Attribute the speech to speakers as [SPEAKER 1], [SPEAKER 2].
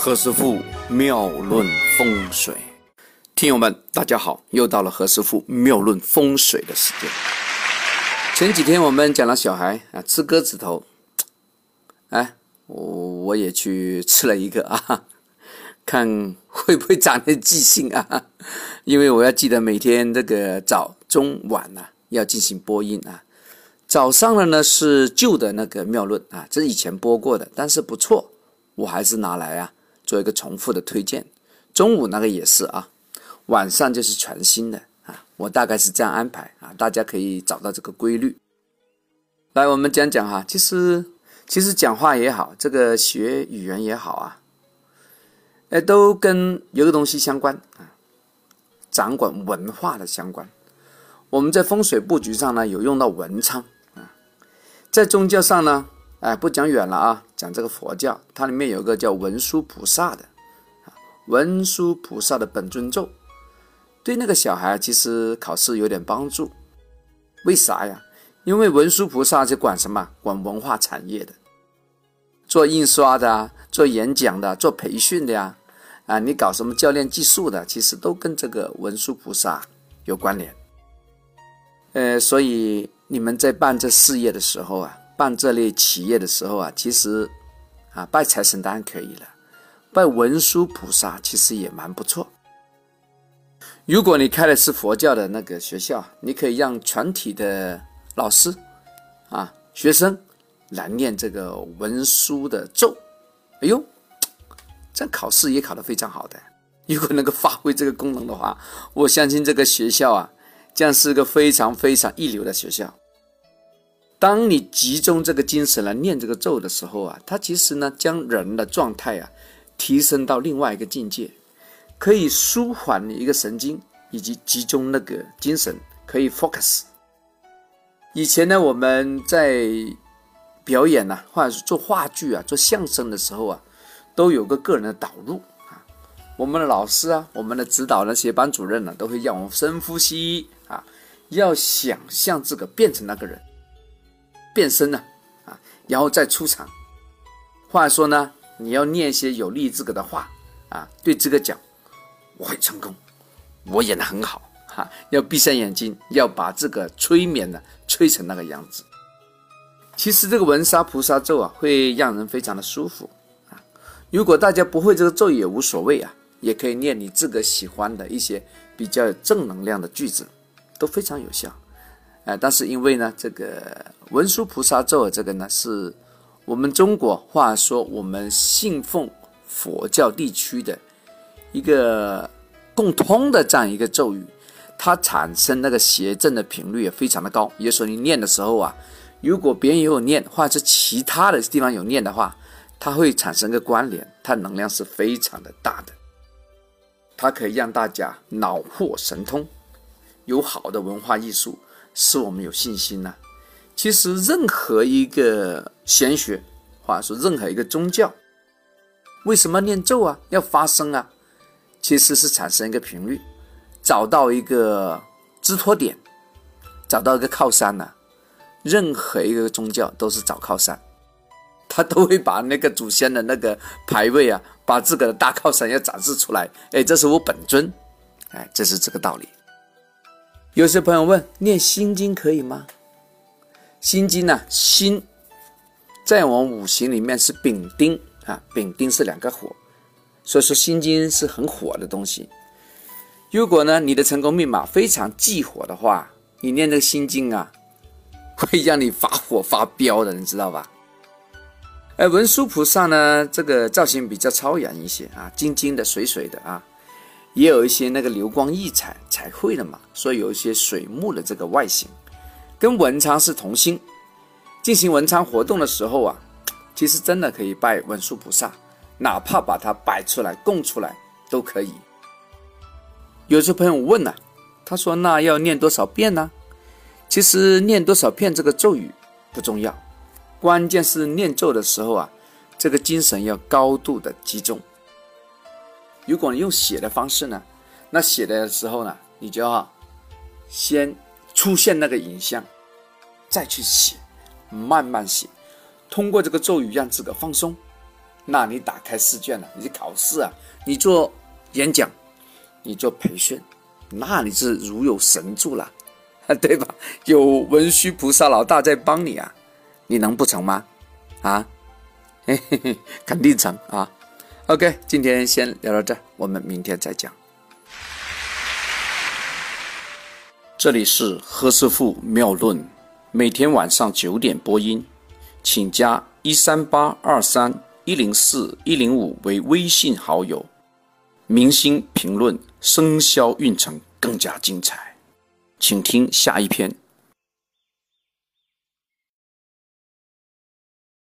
[SPEAKER 1] 何师傅妙论风水，听友们大家好，又到了何师傅妙论风水的时间。前几天我们讲了小孩吃鸽子头，我也去吃了一个看会不会长点记性因为我要记得每天这个早中晚要进行播音早上的呢是旧的那个妙论这是以前播过的，但是不错，我还是拿来做一个重复的推荐。中午那个也是晚上就是全新的我大概是这样安排大家可以找到这个规律。来，我们讲讲其实讲话也好，这个学语言也好都跟有个东西相关掌管文化的相关。我们在风水布局上呢有用到文昌在宗教上呢不讲远了讲这个佛教，它里面有个叫文殊菩萨的文殊菩萨的本尊咒，对那个小孩其实考试有点帮助。为啥呀？因为文殊菩萨是管什么？管文化产业的，做印刷的做演讲的，做培训的你搞什么教练技术的，其实都跟这个文殊菩萨有关联。所以你们在办这事业的时候办这类企业的时候其实拜财神当然可以了，拜文殊菩萨其实也蛮不错。如果你开的是佛教的那个学校，你可以让全体的老师学生来念这个文殊的咒，这样考试也考得非常好的。如果能够发挥这个功能的话，我相信这个学校将是个非常非常一流的学校。当你集中这个精神来念这个咒的时候它其实呢将人的状态提升到另外一个境界，可以舒缓你一个神经，以及集中那个精神，可以 focus。 以前呢我们在表演或者是做话剧做相声的时候都有个人的导入我们的老师我们的指导那些班主任都会让我们深呼吸要想象这个变成那个人，变身然后再出场。话说呢，你要念一些有利这个的话对这个讲我很成功，我演得很好要闭上眼睛，要把这个催眠催成那个样子。其实这个文殊菩萨咒会让人非常的舒服如果大家不会这个咒也无所谓也可以念你自个喜欢的一些比较正能量的句子，都非常有效但是因为呢这个文殊菩萨咒这个呢是我们中国话说我们信奉佛教地区的一个共通的这样一个咒语，它产生那个邪正的频率也非常的高。也就是说你念的时候如果别人也有念，或者是其他的地方有念的话，它会产生个关联，它能量是非常的大的，它可以让大家脑获神通。有好的文化艺术使我们有信心其实任何一个玄学或者说任何一个宗教，为什么念咒要发声其实是产生一个频率，找到一个支托点，找到一个靠山任何一个宗教都是找靠山，他都会把那个祖先的那个牌位把自个的大靠山要展示出来，这是我本尊这是这个道理。有些朋友问念心经可以吗？心经心在我们五行里面是丙丁丙丁是两个火，所以说心经是很火的东西。如果呢你的成功密码非常忌火的话，你念这个心经会让你发火发飙的，你知道吧？文殊菩萨呢这个造型比较超然一些金金的水水的也有一些那个流光溢彩彩绘的嘛，所以有一些水幕的这个外形，跟文昌是同心。进行文昌活动的时候其实真的可以拜文殊菩萨，哪怕把它摆出来供出来都可以。有些朋友问他说那要念多少遍呢？其实念多少遍这个咒语不重要，关键是念咒的时候这个精神要高度的集中。如果你用写的方式呢，那写的时候呢，你就要先出现那个影像，再去写，慢慢写，通过这个咒语让自个放松， 那你打开试卷了，你去考试啊，你做演讲，你做培训，那你是如有神助了，对吧？有文殊菩萨老大在帮你啊，你能不成吗？啊，嘿嘿嘿，肯定成啊。OK， 今天先聊到这，我们明天再讲。这里是何师傅妙论，每天晚上9点播音，请加13823104105为微信好友。明星评论，生肖运程更加精彩，请听下一篇。